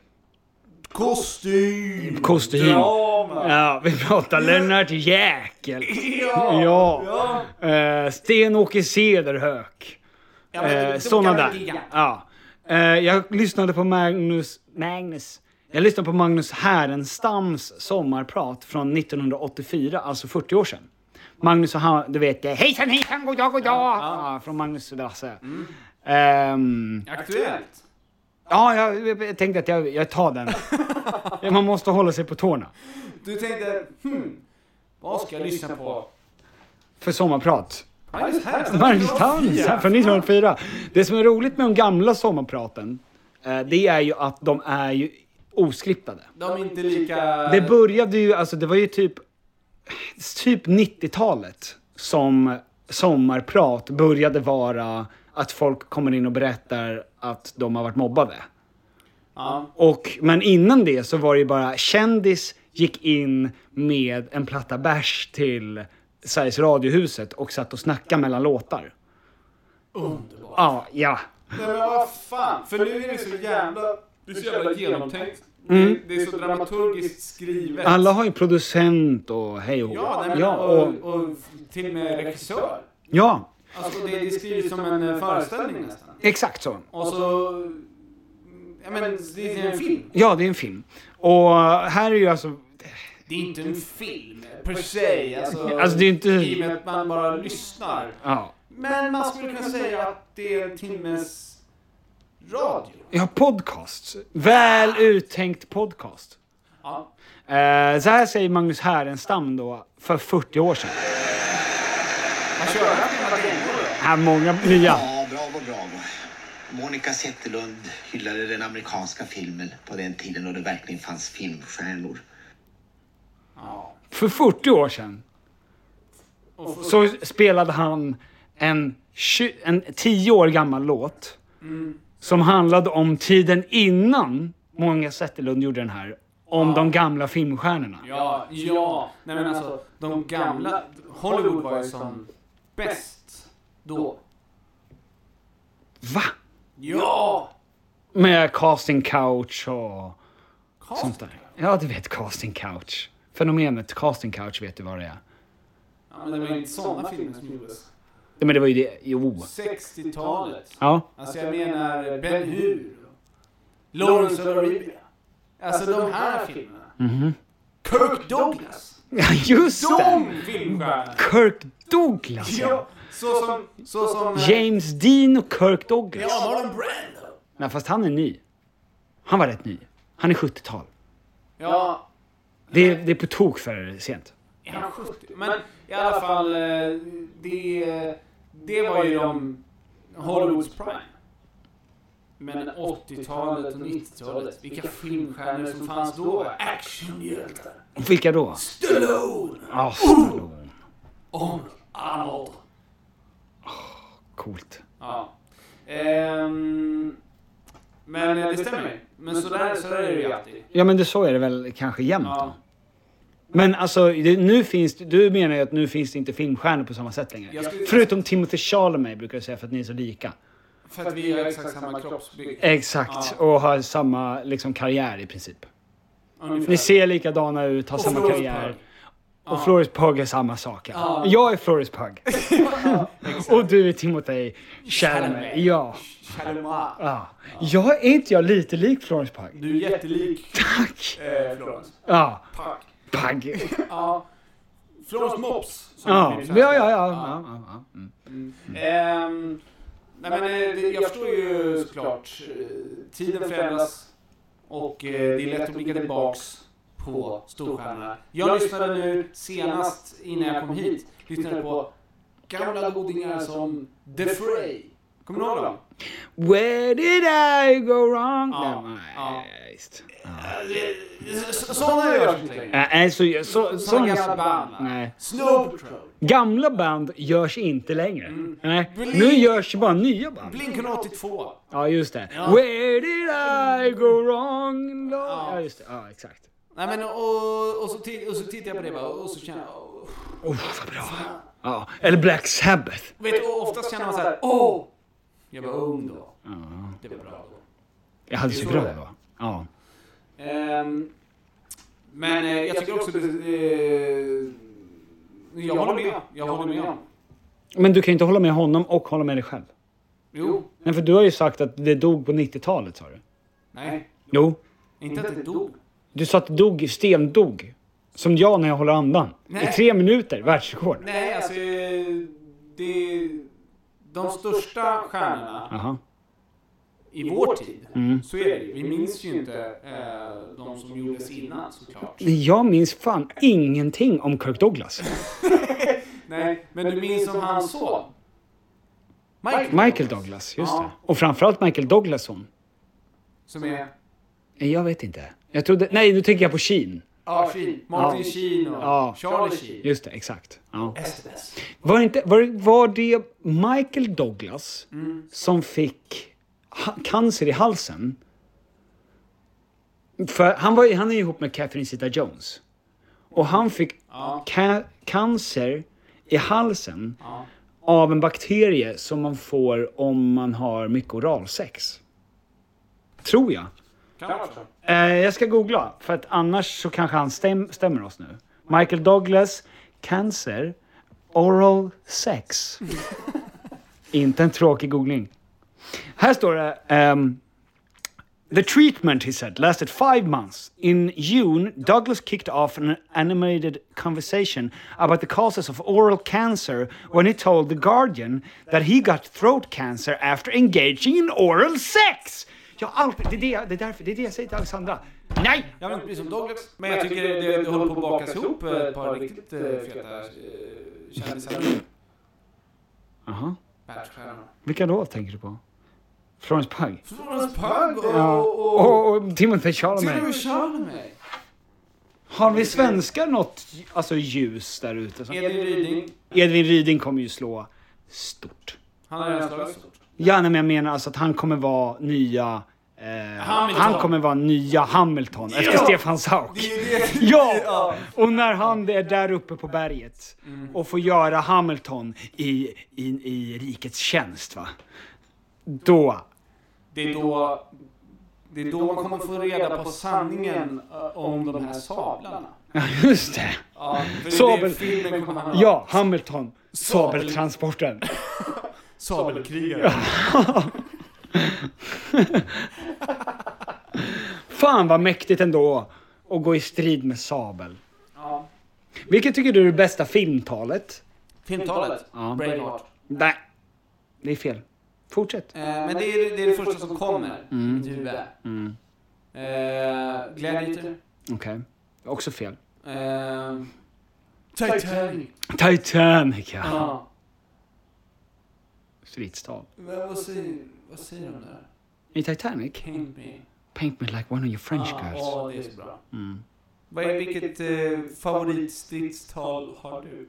kostym, Kostym. drama. Ja, vi pratar Lennart Jäkel. Ja. Ja. Ja. Eh, Sten-Åke Cederhök. Ja, men Eh, så såna kan man där. ligga. Ja. Eh, jag lyssnade på Magnus... Magnus... Jag lyssnade på Magnus Härenstams sommarprat från nittonhundraåttiofyra, alltså fyrtio år sedan. Magnus och han, du vet, hejsan hejsan, god dag, god dag. Ja, från Magnus och Lasse. Mm. Ehm, Aktuellt. ja, jag, jag tänkte att jag, jag tar den. Ja, man måste hålla sig på tårna. Du tänkte, hmm, vad ska jag lyssna på? För sommarprat. Magnus Härenstam. Magnus Härenstam från nittonhundraåttiofyra. Det som är roligt med de gamla sommarpraten, eh, det är ju att de är ju oskriptade. De är inte lika... Det började ju, alltså det var ju typ typ nittiotalet som sommarprat började vara att folk kommer in och berättar att de har varit mobbade. Ja. Och, men innan det så var det ju bara kändis gick in med en platta bärs till Sveriges Radiohuset och satt och snackade mellan låtar. Underbart. Ja, ja. Nej men vad fan, för nu är det så jävla... Det är så jävla genomtänkt. Mm. Det, det är så dramaturgiskt skrivet. Alla har ju producent och hej och Ja, nej, men, ja, och, och, och till och med regissör. ja, Alltså det, det är skrivet som en eh, föreställning nästan. exakt så. Och så... Ja men det är en film. Ja, det är en film. Och här är ju alltså... Det är inte en film per se. Alltså, Alltså, det är inte- I och med att man bara lyssnar. Ja. Men man skulle kunna säga att det är en timmes radio. Ja, podcast. Väl uttänkt podcast. Ja. Eh, så här säger Magnus Härenstam då för fyrtio år sedan. Man kör den här filmen då. Här många nya. Ja, bravo, bravo. Monica Zetterlund hyllade den amerikanska filmen på den tiden då det verkligen fanns filmstjärnor. Ja. För fyrtio år sedan så spelade han en, tjugo, en tio år gammal låt Mm. som handlade om tiden innan Monica Zetterlund gjorde den här. Om Ja. de gamla filmstjärnorna. Ja, ja. Nej men alltså, de gamla... Hollywood var ju som bäst då. Va? Ja! Med casting couch och Casting sånt där. Ja, du vet casting couch. Fenomenet casting couch, vet du vad det är? Ja, men det var inte sådana filmer som gjordes. Ja, men det var ju det. Jo. sextiotalet. Ja. Alltså jag menar Ben Hur. Lawrence of Arabia. Alltså de här filmerna. Mhm. Kirk Douglas. Ja, just det! De filmstjärnorna! Kirk Douglas, ja. Ja, så som... Så som James Dean och Kirk Douglas. Ja, Marlon Brando. Nej, fast han är ny. Han var rätt ny. Han är sjuttiotal. Ja. Det är, det är på tok för sent. Är han sjuttio? Men i alla fall, eh, det, det var ju de Hollywoods prime. Men åttiotalet och nittiotalet, vilka filmstjärnor som fanns då? Actionhjältar. Vilka då? Stallone! Ja, Stallone. Oh, Arnold. Coolt. Ja. Ehm, men det stämmer. Men så där, så där är det ju alltid. Ja, men det så är det väl kanske jämt då. Ja. Men alltså, det, nu finns det, du menar ju att nu finns det inte filmstjärnor på samma sätt längre. Skulle, Förutom Timothée Chalamet brukar jag säga, för att ni är så lika. För att vi har exakt samma kroppsbygg. Exakt, ja. Och har samma liksom, karriär i princip. Ungefär. Ni ser likadana ut, har och samma Florence karriär. Pugh. Och Ja. Florence Pugh är samma sak. Ja. Ja. Jag är Florence Pugh. Ja, och du är Timothée Chalamet. Ja. Chalamet. Ja. Jag är inte jag lite lik Florence Pugh? Du är jättelik. Tack. Eh, Florence. Ja. Pugh. Pugh. Ja. Florence Mops. som Ja. vi Ja, säger. ja, ja. ja, ja, ja. Mm. Mm. Ehm, nej men eh, det, jag förstår ju såklart. eh, Tiden förändras. Och eh, det är lätt att blicka tillbaks på storstjärnorna. Jag lyssnade nu senast innan jag kom hit. Lyssnade på gamla godingar som The Fray. Kommer du ihåg dem? Where did I go wrong? Ja. Nej, Ja. just. Sådana görs inte längre. Nej, så, så, så, Sådana gamla band. nej. Snow Patrol. Gamla band görs inte längre. Mm. Nej. Blink. Nu görs bara nya band. Blink one eighty-two. Ja, just det. Ja. Where did I go wrong? Lord? Ja. Ja, just det. Ja, exakt. Nej men och, och, så, t- och så tittar jag på det bara, och så känner jag... Oh. Oh, vad bra. Ja. Eller Black Sabbath. Vet du, oftast känner man så här, åh! Jag var ung då. Ja. Det var bra då. Jag hade Det är så så bra det är. då. Ja. Ehm, men eh, jag tycker också det... Eh, jag håller med. Jag håller med. Men du kan ju inte hålla med honom och hålla med dig själv. Jo. Nej, för du har ju sagt att det dog på nittiotalet, sa du. Nej. Jo. Inte att det dog. Du sa att det dog, sten dog. Som jag när jag håller andan. Nej. I tre minuter, världsrekord. Nej, alltså... eh, Det... De största stjärnorna Aha. i vår tid, Mm. så är det. Vi minns ju inte eh, de som gjordes innan, såklart. Jag minns fan ingenting om Kirk Douglas. Nej, men du minns om hans son? Michael, Michael Douglas, just Ja. det. Och framförallt Michael Douglas son. Som är... Jag vet inte. Jag trodde... Nej, nu tänker jag på Sheen. Ja, Sheen. Martin Ja. Sheen och Ja. Charlie Sheen. Just det, exakt. Ja. Estes. Var, det inte, var, var det Michael Douglas Mm. som fick ha, cancer i halsen? För han, var, han är ihop med Catherine Zeta-Jones. Och han fick Ja. ca- cancer i halsen Ja. av en bakterie som man får om man har mycket oralsex. Tror jag. Kan vara så. Eh, jag ska googla, för att annars så kanske han stäm, stämmer oss nu. Michael Douglas, cancer, oral sex. Inte en tråkig googling. Här står det... Um, The treatment, he said, lasted five months. In June, Douglas kicked off an animated conversation about the causes of oral cancer when he told The Guardian that he got throat cancer after engaging in oral sex. Jag har alltid, det, är det, det, är därför, det är det jag säger till Alexandra. Nej! Jag vill inte bli som Douglas. Men jag tycker det, det, det håller på att bakas ihop ett par riktigt eh, feta eh, kändisar. Aha. Världsstjärnor. Vilka då tänker du på? Florence Pugh? Florence Pugh och... Ja. och, och, Och, och Timothée Chalamet. Timothée Chalamet. Har vi svenskar något alltså, ljus där ute? Som... Edvin Ryding. Edvin Ryding kommer ju slå stort. Han har redan slagit stort. Ja, nej, men jag menar alltså att han kommer vara nya... Eh, han kommer vara nya Hamilton efter Stefan Sauk. Ja! Och när han är där uppe på berget och får göra Hamilton i, i, i rikets tjänst, va? Då... Det är då... Det är då man kommer få reda på sanningen eh, om de här sablarna. Ja, just det. Ja, för det är Sabel... det filmen kommer handla om. Ja, Hamilton. Sabel- Sabeltransporten. Sabelkrigare. Fan vad mäktigt ändå att gå i strid med sabel. Ja. Vilket tycker du är det bästa filmtalet? Filmtalet? Ja. Braveheart. Nej, det är fel. Fortsätt. Eh, men det är, det är det första som kommer Mm. i mitt huvud. Mm. Eh, Gladiator. Okej, okay. Också fel. Eh, Titanic. Titanic, ja. Ja. Stridstal. Vad, vad, säger, vad säger de där? I Titanic? Paint me. Paint me like one of your French ah, girls. Ja, det är så bra. Mm. Vad är, vilket eh, favoritstridstal har du?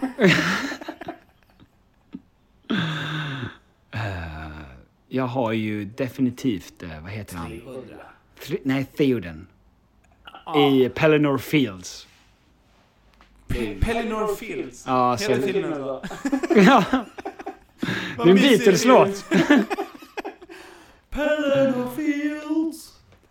uh, jag har ju definitivt, uh, vad heter han? trehundra. Tre- nej, Theoden. Ah. I Pelennor Fields. Pe- Pelennor Fields? Ja, hela så... filmen då? Ja. Det är en Beatles-låt. Pelennor Fields.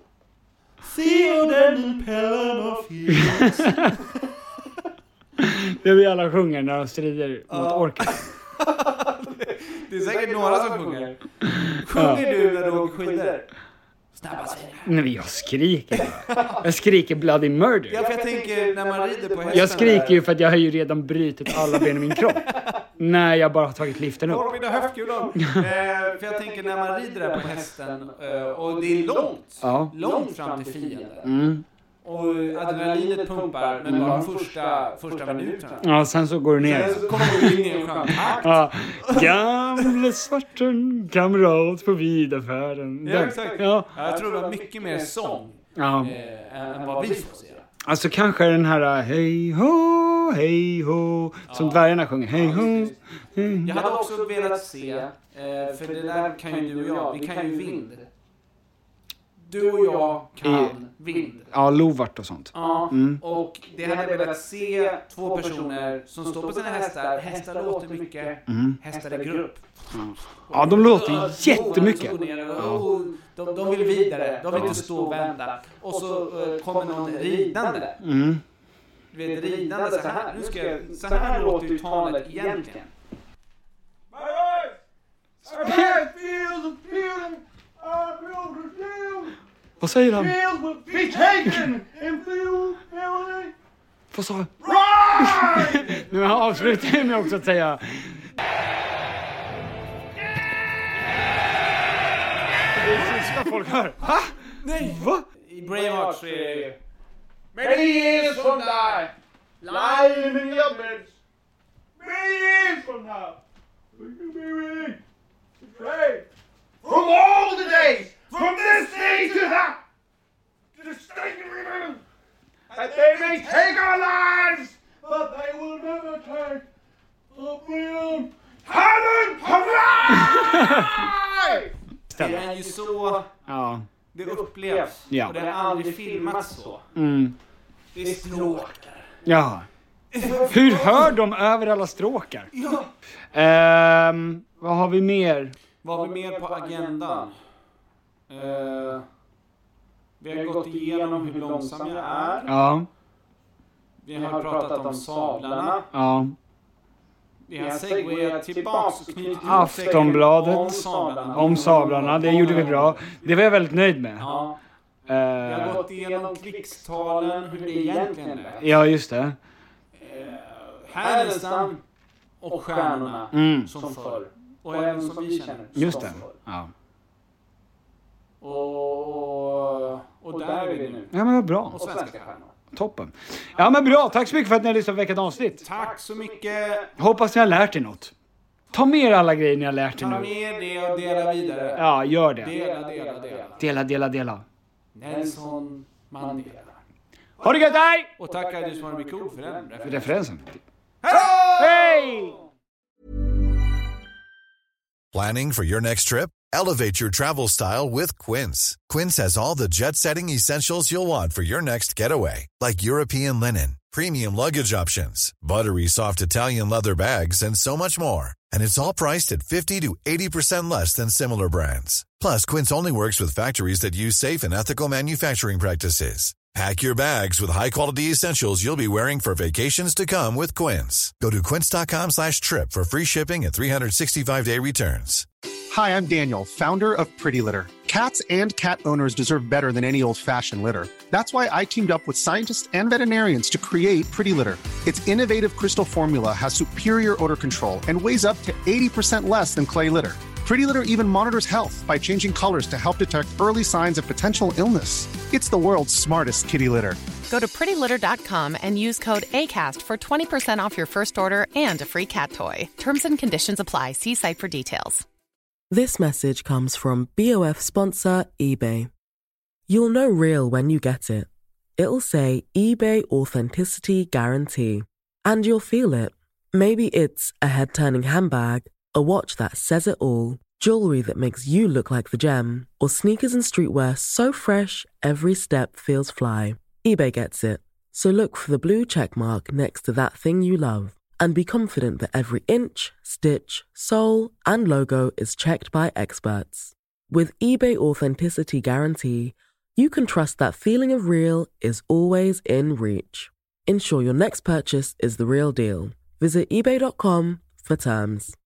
Theoden Pelennor Fields. Det är vi alla sjunger när de strider ja. mot orken. Det är säkert några som sjunger. Sjunger ja. du när du åker skidor? Snabba svängar. Nej, jag skriker. Jag skriker bloody murder. Ja, för jag tänker när man rider på hästen. Jag skriker ju för att jag har ju redan brutit alla ben i min kropp. När jag bara har tagit liften upp. Var mina höftkulor? eh, för jag tänker när man rider där på hästen eh, och det är långt. Ja. Långt fram till fienden. Mm. Och adrenalinet pumpar men bara de första, första minuterna. Ja, sen så går det ner. Sen så kommer vi in i en skön takt. Ja. Gamle svarten, kamrat på vidafärden. Ja, exakt. Ja. Jag tror det var mycket mer sång ja. eh, än vad vi får se. Alltså kanske den här hej ho, hej ho, som ja. dvärgarna sjunger. Hej ho. Jag hade också velat se, eh, för det där kan ju du och jag, vi kan ju vind. Du och jag kan I, vind. Ja, lovart och sånt. Ja, mm. och det hade jag velat se två personer som står på sina hästar. Hästar låter mycket, mm. hästar är grupp. Mm. Ja, de låter jättemycket. Och de, de vill vidare, de vill inte stå och vända. Och så uh, kommer någon ridande. Mm. Du vet, ridande så här. Nu ska jag, så här låter ju talet egentligen. Vad säger han? Vad sa han? Nu avslutar jag med också att säga... Det är sista folk hör. Va? Nej, va? I Braveheart så är det... Many years from now, lying in your beds. Many years from now, will you be willing to trade from all the days, from this day to that, to the state of remembrance, that they may take our lives, but they will never take the freedom heaven from life! Det är ju så... Ja. Det upplevs. Ja. Och det har aldrig filmats så. Mm. Det är stråkar. Ja. Hur hör de över alla stråkar? Ja. Um, vad har vi mer? Vad har vi mer på agendan? Uh, vi har gått igenom hur långsam jag är. Ja. Vi har pratat om sablarna. Ja. Vi har segwayat tillbaks och knutit ihop Aftonbladet om sablarna. Om sablarna, det gjorde vi bra. Det var jag väldigt nöjd med. Ja. Uh, vi har gått igenom krigstalen, hur det egentligen är. Ja, just det. Uh, Härenstam och stjärnorna mm. som förr. Och även som vi känner. Just det, ja. Och, och där är vi nu. Ja, men vad bra. Och svenska stjärnor. Toppen. Ja, men bra. Tack så mycket för att ni har lyssnat på veckans avsnitt. Tack så mycket. Hoppas ni har lärt er något. Ta med er alla grejer ni har lärt er nu. Ta med det och dela vidare. Ja, gör det. Dela, dela, dela. Dela, dela, dela. Nelson Mandela. Ha det gött, hej! Och tackar du som var mycket cool för den referensen. referensen. Hej! Planning for your next trip? Elevate your travel style with Quince. Quince has all the jet-setting essentials you'll want for your next getaway, like European linen, premium luggage options, buttery soft Italian leather bags, and so much more. And it's all priced at fifty to eighty percent less than similar brands. Plus, Quince only works with factories that use safe and ethical manufacturing practices. Pack your bags with high-quality essentials you'll be wearing for vacations to come with Quince. Go to quince.com slash trip for free shipping and three sixty-five day returns. Hi, I'm Daniel, founder of Pretty Litter. Cats and cat owners deserve better than any old-fashioned litter. That's why I teamed up with scientists and veterinarians to create Pretty Litter. Its innovative crystal formula has superior odor control and weighs up to eighty percent less than clay litter. Pretty Litter even monitors health by changing colors to help detect early signs of potential illness. It's the world's smartest kitty litter. Go to pretty litter dot com and use code ACAST for twenty percent off your first order and a free cat toy. Terms and conditions apply. See site for details. This message comes from B O F sponsor eBay. You'll know real when you get it. It'll say eBay Authenticity Guarantee. And you'll feel it. Maybe it's a head-turning handbag, a watch that says it all, jewelry that makes you look like the gem, or sneakers and streetwear so fresh every step feels fly. eBay gets it. So look for the blue check mark next to that thing you love. And be confident that every inch, stitch, sole, and logo is checked by experts. With eBay Authenticity Guarantee, you can trust that feeling of real is always in reach. Ensure your next purchase is the real deal. Visit ebay dot com for terms.